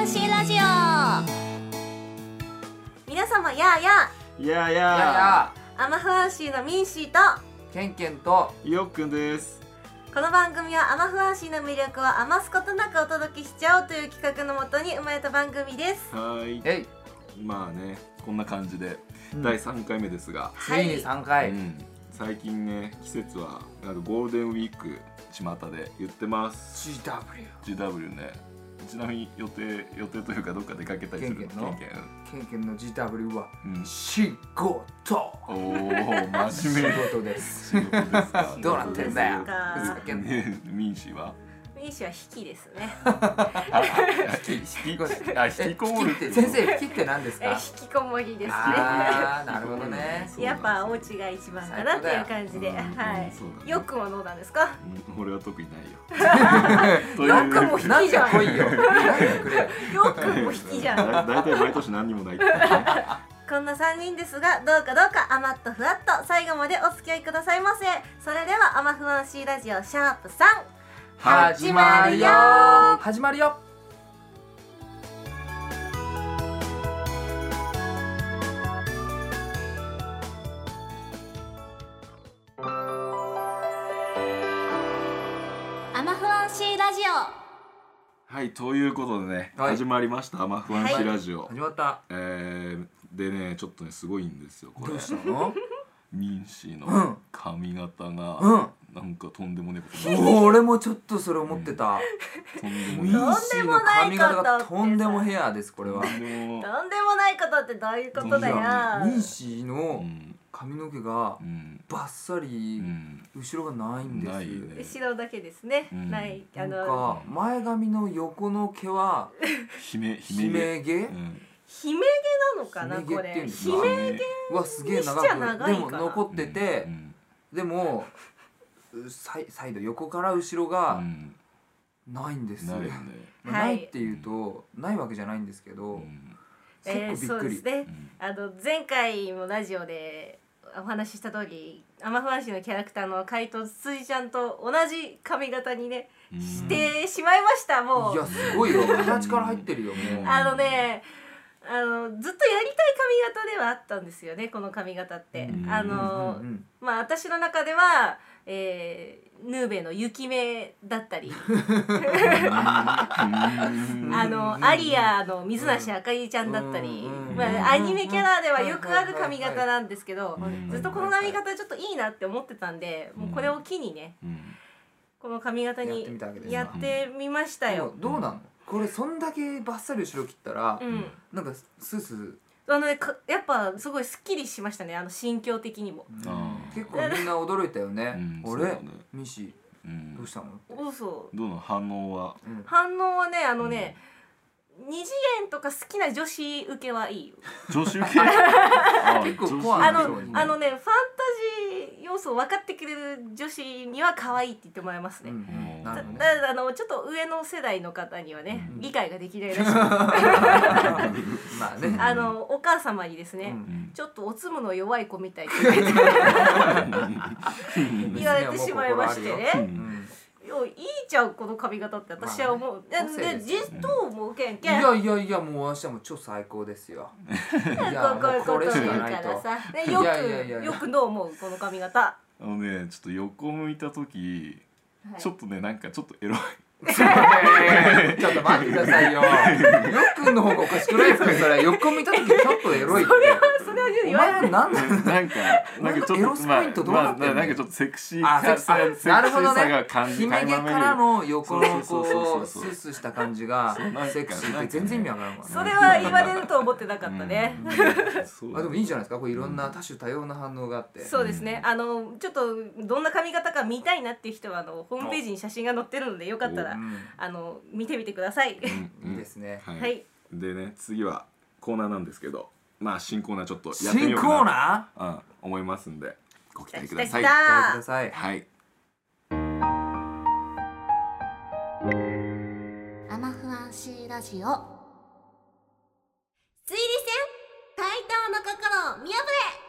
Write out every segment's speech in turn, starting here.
安心ラジオ。皆様やーやいやいいやいややアマフアンシーのミンシーと、 ケンケンとよっくんです。 この番組はアマフアンシーの魅力を余すことなくお届けしちゃおうという企画のもとに生まれた番組です。 えい、 まあね、こんな感じで、第3回目ですが、 ついに3回、 最近ね、季節はゴールデンウィーク巷で言ってます。 GW ね。ちなみに予定というかどっか出かけたりするケンケンの GW は、仕事。 おお、真面目仕事です仕事ですか。 どうなってんだよそうかふざけんなね、ミンシーはミンシーは引きですね。 引きこもるって先生、引きって何ですか？ 引きこもりですね。 あー、なるほどね。 やっぱお家が一番かなっていう感じで、はい。よっくんはどうなんですか？ 俺は特にないよ。というよっくんも引きじゃん。 来いよ。 よっくんも引きじゃん。 だいたい毎年何にもないってこんな3人ですが、どうか甘っとふわっと最後までお付き合いくださいませ。それではアマフアンシーラジオシャープ3始まるよ。 始まるよ。 アマフアンシーラジオ。 はい、ということでね、 はい始まりましたアマフアンシラジオ、 始まった。 でね、ちょっとねすごいんですよこれ。 どうしたの？ ミンシーの髪型がなんかとんでもねえことになって俺もちょっとそれ思ってた。 とんでもミンねシーの髪型がとんでもヘアです。これはえとんでもとんでもないことってどういうことだよ。 ミンシーの髪の毛がバッサリ後ろがないんです。 ないね。 後ろだけですね。ない。 なんか前髪の横の毛は姫毛？ 姫毛なのかなこれ。姫毛はすげえ長にしちゃ長いかな。 くでも残ってて、でもサイド横から後ろがないんです。 ないよね。 ないっていうとないわけじゃないんですけど、結構びっくり。 そうですね。前回もラジオでお話しした通り、アマフアンシーのキャラクターのカイとつつじちゃんと同じ髪型にねしてしまいました。もういやすごいよ。形から入ってるよもう。 ね。ずっとやりたい髪型ではあったんですよね、この髪型って。まあ私の中では、ヌーベの雪目だったりアリアの水無あかりちゃんだったり、アニメキャラではよくある髪型なんですけど、ずっとこの髪型ちょっといいなって思ってたんで、もうこれを機にね、この髪型にやってみましたよ。 どうなの？これそんだけバッサリ後ろ切ったら、なんかスースーやっぱすごいスッキリしましたね、心境的にも。 結構みんな驚いたよね。俺ミシどうしたの？ どうなの反応は？ 反応はね、二次元とか好きな女子受けはいいよ。 女子受け？ 結構コアな人にね。 ファンタジー要素分かってくれる女子には可愛いって言ってもらえますね。ただちょっと上の世代の方にはね、理解ができないらしい。 まあね。 お母様にですね、ちょっとおつむの弱い子みたいって言われてしまいましてね。いいじゃんこの髪型って私は思う。どう思うケンケン？ いやもう私はもう超最高ですよ。 これしかないからさ。よくどう思うこの髪型？ ちょっと横向いた時ちょっとねなんかちょっとエロい。 ちょっと待ってくださいよ。よっくんの方がおかしくないですかそれ。横見た時ちょっとエロいって。 それは言われる。 なんかちょっとエロスポイントどうなってんの？ なんかちょっとセクシーさが感じ姫毛からの横のこうスースーした感じがセクシーって全然意味わからんわ。 それは言われると思ってなかったね。 でもいいじゃないですか。こういろんな多種多様な反応があって。 そうですね。ちょっとどんな髪型か見たいなっていう人はホームページに写真が載ってるのでよかったら見てみてください。 いいですね。 はい。 でね、次はコーナーなんですけど、まあ新コーナーちょっとやってみようかな。新コーナー？思いますんでご期待ください。はい。 アマフアンシーラジオ。推理戦怪盗の心を見破れ。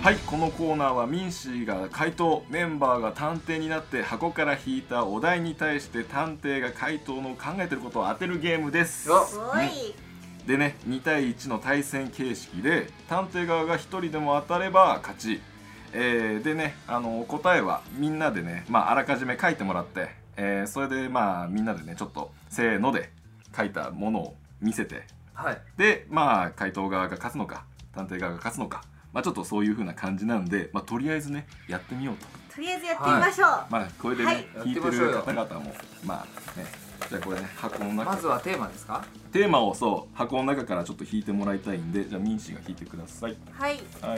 はい、このコーナーはミンシーが回答、メンバーが探偵になって箱から引いたお題に対して探偵が回答の考えてることを当てるゲームです。 すごい。 でね、2対1の対戦形式で探偵側が1人でも当たれば勝ち。でね、答えはみんなでね、あらかじめ書いてもらって、それでみんなでねちょっとせーので書いたものを見せて、 はい、 で回答側が勝つのか探偵側が勝つのか、ちょっとそういう風な感じなんで、とりあえずねやってみようと。 とりあえずやってみましょう。 これでね、聞いてる方々もね、じゃあこれね箱の中、 まずはテーマですか？ テーマをそう箱の中からちょっと引いてもらいたいんで、じゃあミンシーが引いてください。 はいはい。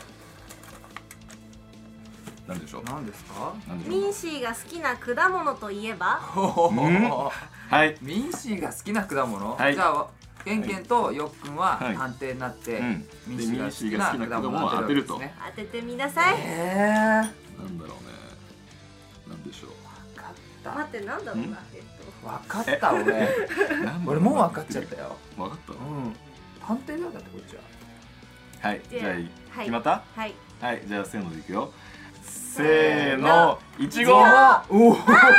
何でしょう？ 何ですか？ ミンシーが好きな果物といえば？ はい。 ミンシーが好きな果物？ はい。 じゃあケンケンとヨッくんは探偵になってミンシーが好きな果物を当てると。 当ててみなさい。 なんだろうね。なんでしょう。 分かった。 待って、なんだろうな。 分かった俺。俺もう分かっちゃったよ。 分かった？ 探偵なんだってこっちは。 はい。じゃあ決まった？はい。はい。じゃあせーのでいくよ。せーの、いちご。おお。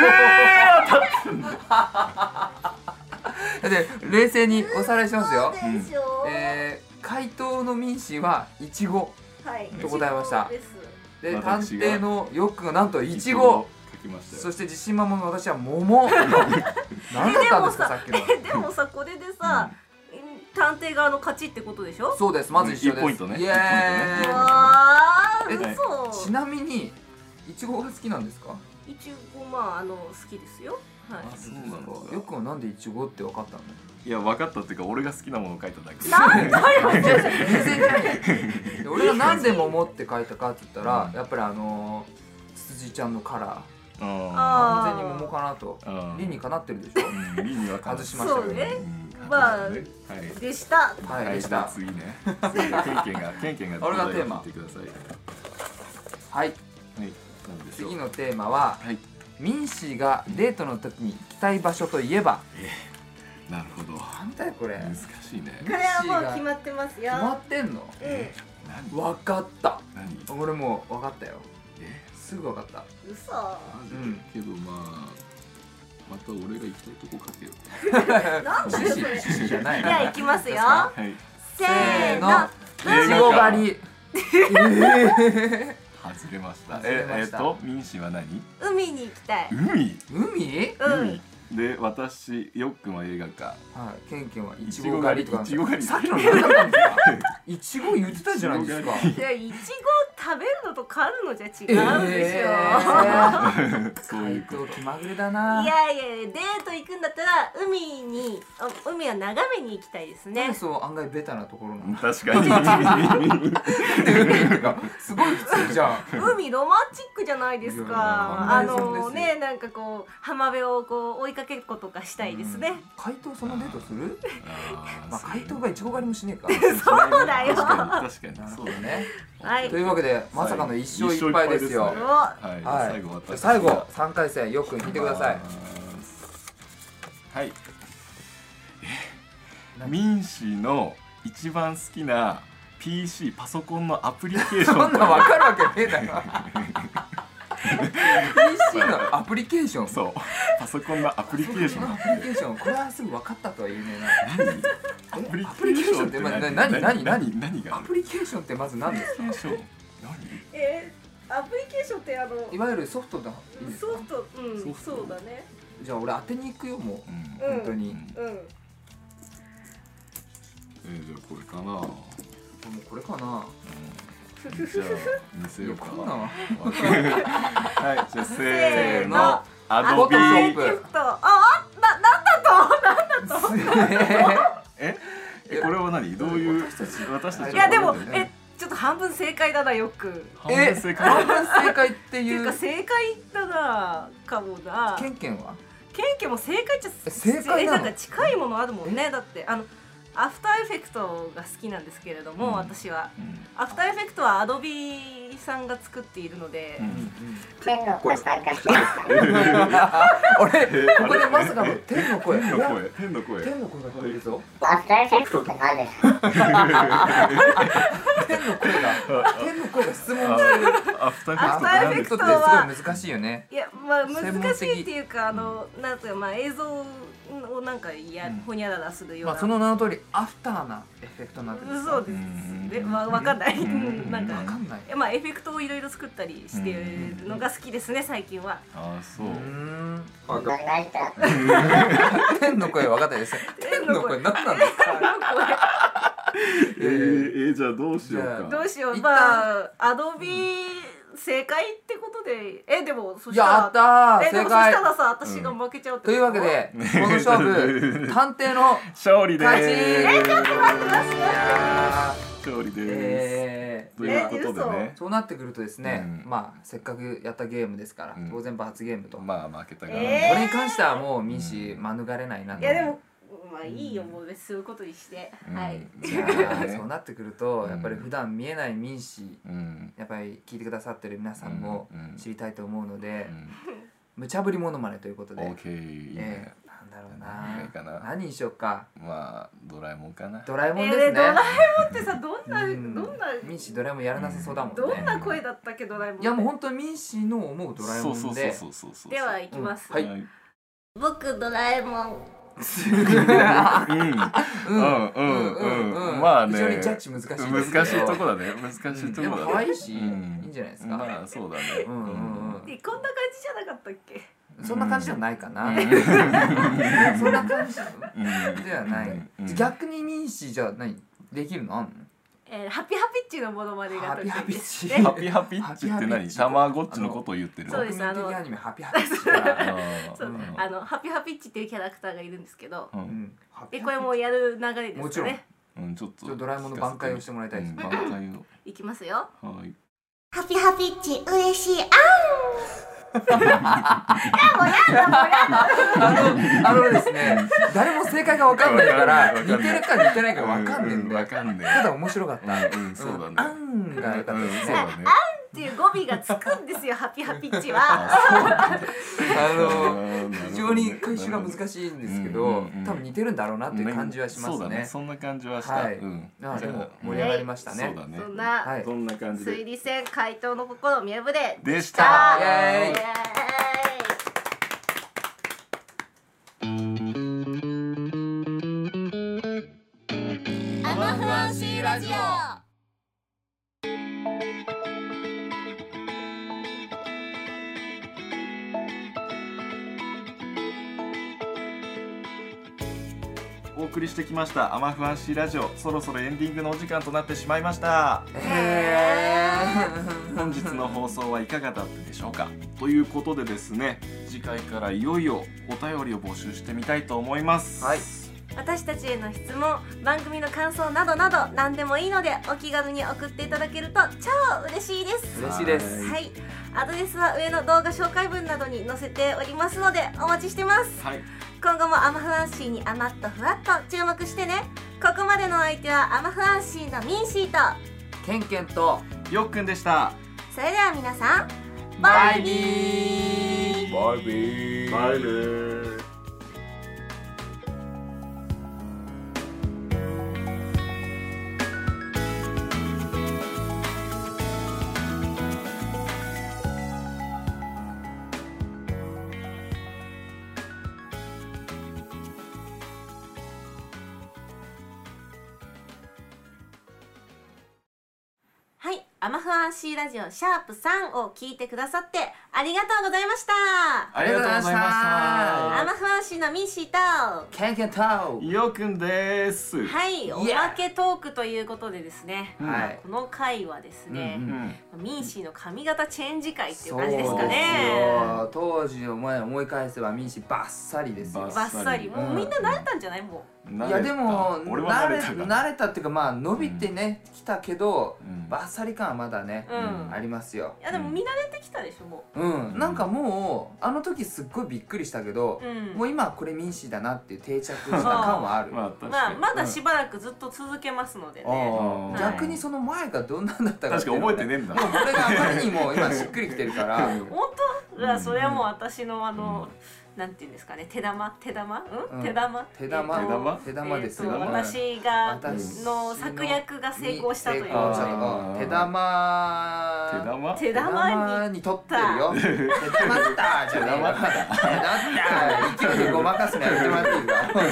で冷静におさらいしますよ。回答のミンシーはいちごと答えました。で探偵のヨックがなんといちご。そして自信満々の私は桃。何だったんですかさっきの。 でもさ、これでさ探偵側の勝ちってことでしょ？ そうです。まず一緒です。 1ポイントね。 イエーイ。ちなみにいちごが好きなんですか？ いちご好きですよ。はい。 そうなんだ。よくはなんでいちごって分かったの？ いや分かったっていうか俺が好きなものを書いただけ。 なんだよ。 全然じゃない。俺がなんで桃って書いたかって言ったらやっぱりつつじちゃんのカラー。完全に桃かなと。理にかなってるでしょ？理には外しましたけどね。 でした。 はいでした。 次ね。ケンケンが俺がテーマ。はい。次のテーマはミンシーがデートの時に行きたい場所といえば。 なるほど。 なんだよこれ。 難しいね。 これはもう決まってますよ。 決まってんの？わかった。俺もうわかったよ。すぐわかった。 嘘。 けどまた俺が行きたいとこ書けよ。 なんでそれ。 じゃない。 じゃあ行きますよ。せーの。 いちご狩り。 外れました。ミンシーは何？ 海に行きたい。 海？ で、私、ヨッくんは映画か。 はい、ケンケンはいちご狩りとか。 いちご狩り。 さっきの何だったんですか？いちご言ってたじゃないですか。 いや、いちご食べるのと狩るのじゃ違うでしょ。 そういうこと気まぐれだな。 いやいや、デート行くんだったら海は眺めに行きたいですね。 そう案外ベタなところなの。 確かに。 海かすごい普通じゃん。 海ロマンチックじゃないですか。なんかこう浜辺をこう追いかけることがしたいですね。 回答そのデートする？回答がいちご狩りもしねえか。 そうだよ。 確かにそうだね。 はい。 というわけでまさかの1勝1敗ですよ。 はい。 最後3回戦よく聞いてください。 はい。ミンシーの一番好きな PC パソコンのアプリケーション。 そんな分かるわけねえだろ。PC のアプリケーション。 そう。パソコンのアプリケーション。 アプリケーション。これはすぐ分かったとは言えねえな。 アプリケーションって何が？ アプリケーションってまず何ですか？ アプリケーションっていわゆるソフトだ。 ソフト、そうだね。 じゃあ俺当てに行くよもう本当に。 じゃあこれかな。もうこれかな。 じゃあ見せようかな。 はい、 じゃあせーの。 アドビー。 なんだと。 これは何？どういう私たち？ いやでもちょっと半分正解だなよく。 半分正解っていう。 っていうか正解だなかもな。 ケンケンは？ ケンケンも正解っちゃ正解なの？ なんか近いものあるもんね。だってアフターエフェクトが好きなんですけれども、私はアフターエフェクトはアドビ井さんが作っているので、 天の声参加して俺ここでまさかの天の声が聞こえるぞ。 アフターエフェクトって何ですか？ 天の声が質問してる。 アフターアフターエフェクトってすごい難しいよね。 いやまあ難しいっていうかなんかまあ映像をなんかほにゃららするような。 まあその名の通りアフターなエフェクトになってる。 そうです。でわかんない。なんかわかんない。 まあエフェクトをいろいろ作ったりしてるのが好きですね最近は。 ああそう。 わかんないか。 天の声わかんないです。天の声何なんですか？ じゃあどうしようか。 どうしよう。まあアドビ正解ってことででもそしたらやったーでもそしたらさ私が負けちゃうってこと。 というわけでこの勝負探偵の勝利で勝ち。 ーす。勝利でーす。ということでね。 そうなってくるとですね、まあせっかくやったゲームですから当然罰ゲームと。 まあ負けたから。 これに関してはもうミンシ免れないなと。 いやでもまあいいよもうそういうことにしてはい。 じゃあそうなってくるとやっぱり普段見えないミンシやっぱり聞いてくださってる皆さんも知りたいと思うので無茶ぶりモノマネということで。 オッケーいいね。 なんだろうな。何にしようか。 まあドラえもんかな。 ドラえもんですね。 ドラえもんってさどんなミンシドラえもんやらなさそうだもんね。 どんな声だったっけドラえもん。 いやもう本当にミンシの思うドラえもんで。 ではいきます。 はい。 僕ドラえもん。 まあね。 非常にジャッジ難しい。 難しいとこだね。難しいとこだね。 でも可愛いしいいんじゃないですか。 まあそうだね。 こんな感じじゃなかったっけ？ そんな感じじゃないかな。そんな感じではない。逆にミンシじゃ何できるのあんの？ ハピハピッチのものまでが得意ですね。 ハピハピッチって何？たまごっちのことを言ってるの？ そうです。 アニメハピハピッチ。 ハピハピッチっていうキャラクターがいるんですけど、これもやる流れですかね。 ちょっとドラえもんの挽回をしてもらいたいです。 挽回を。 いきますよ。 はい。 ハピハピッチ嬉しい。 ですね、誰も正解が分かんないから似てるか似てないか分かんねえんだよ。ただ面白かった。 そうだね。 あんが良かったですね。 あんっていう語尾がつくんですよ。ハピハピッチは。 非常に回収が難しいんですけど、多分似てるんだろうなっていう感じはしますね。 そうだね。そんな感じはした。 でも盛り上がりましたね。 そうだね。 そんな感じで推理戦回答の心見破れでした。 イエーイ。 アマフアンシーラジオ。 お送りしてきましたアマフアンシーラジオ、そろそろエンディングのお時間となってしまいました。本日の放送はいかがだったでしょうか。ということでですね、次回からいよいよお便りを募集してみたいと思います。 はい。 私たちへの質問、番組の感想などなど何でもいいのでお気軽に送っていただけると超嬉しいです。 嬉しいです。 はい。アドレスは上の動画紹介文などに載せておりますのでお待ちしてます。 はい。 今後もアマフアンシーに甘っとふわっと注目してね。ここまでのお相手はアマフアンシーのミンシーとケンケンとよっくんでした。 それでは皆さんバイビー。 バイビー。バイビー。 アマフアンシーラジオ#3を聞いてくださってありがとうございました。 ありがとうございました。 アマフアンシーのミッシーとケンケンとよっくんです。 はい、おまけトークということでですね、この回はですね、ミンシーの髪型チェンジ会っていう感じですかね。 当時を思い返せばミンシーバッサリですよ。 バッサリ。もうみんな慣れたんじゃない？もういやでも慣れたっていうかまあ伸びてねきたけどバッサリ感はまだねありますよ。 いやでも見慣れてきたでしょもう。なんかもうあの時すっごいびっくりしたけどもう今これ民視だなっていう定着した感はある。 まだしばらくずっと続けますのでね。 逆にその前がどんなんだったか確か覚えてねえんだ。 もうこれがあまりにも今しっくりきてるから。 本当？それはもう私のなんていうんですかね、手玉ですよ。私の策略が成功したという手玉に取ってるよ。手玉ったじゃねえよ。勢いでごまかすのやめてもらっていい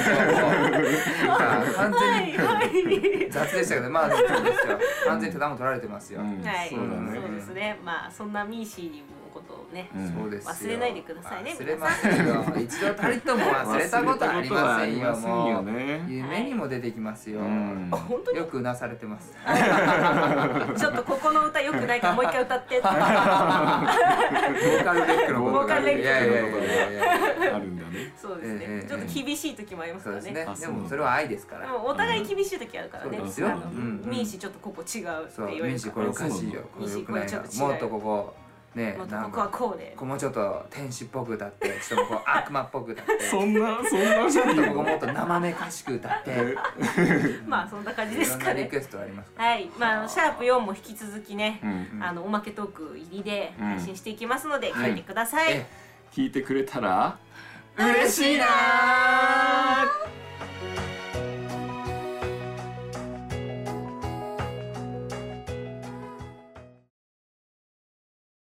か。完全に雑でしたけど、まあそうですよ。完全に手玉取られてますよ。 はい、そうですね。まあそんなミーシーにもことをね、忘れないでくださいね。 忘れませんよ。一度たりとも忘れたことありませんよ。もう夢にも出てきますよ。 本当によくうなされてます。 ちょっとここの歌良くないからもう一回歌って。ボーカルレックのことがあるんだね。 そうですね。ちょっと厳しい時もありますからね。 でもそれは愛ですから。 お互い厳しい時あるからね。ミーシーちょっとここ違うって言われるから。 ミーシーこれおかしいよ。 ミーシーこれちょっと違う。 もっとここ。ね、 なんかこうもうちょっと天使っぽく歌って、ちょっとこう悪魔っぽく歌って、 そんなちょっとここもっと生めかしく歌って、 まあそんな感じですかね。 リクエストありますか。 はい、まあシャープ4も引き続きね、おまけトーク入りで配信していきますので聞いてください。 聞いてくれたら嬉しいな。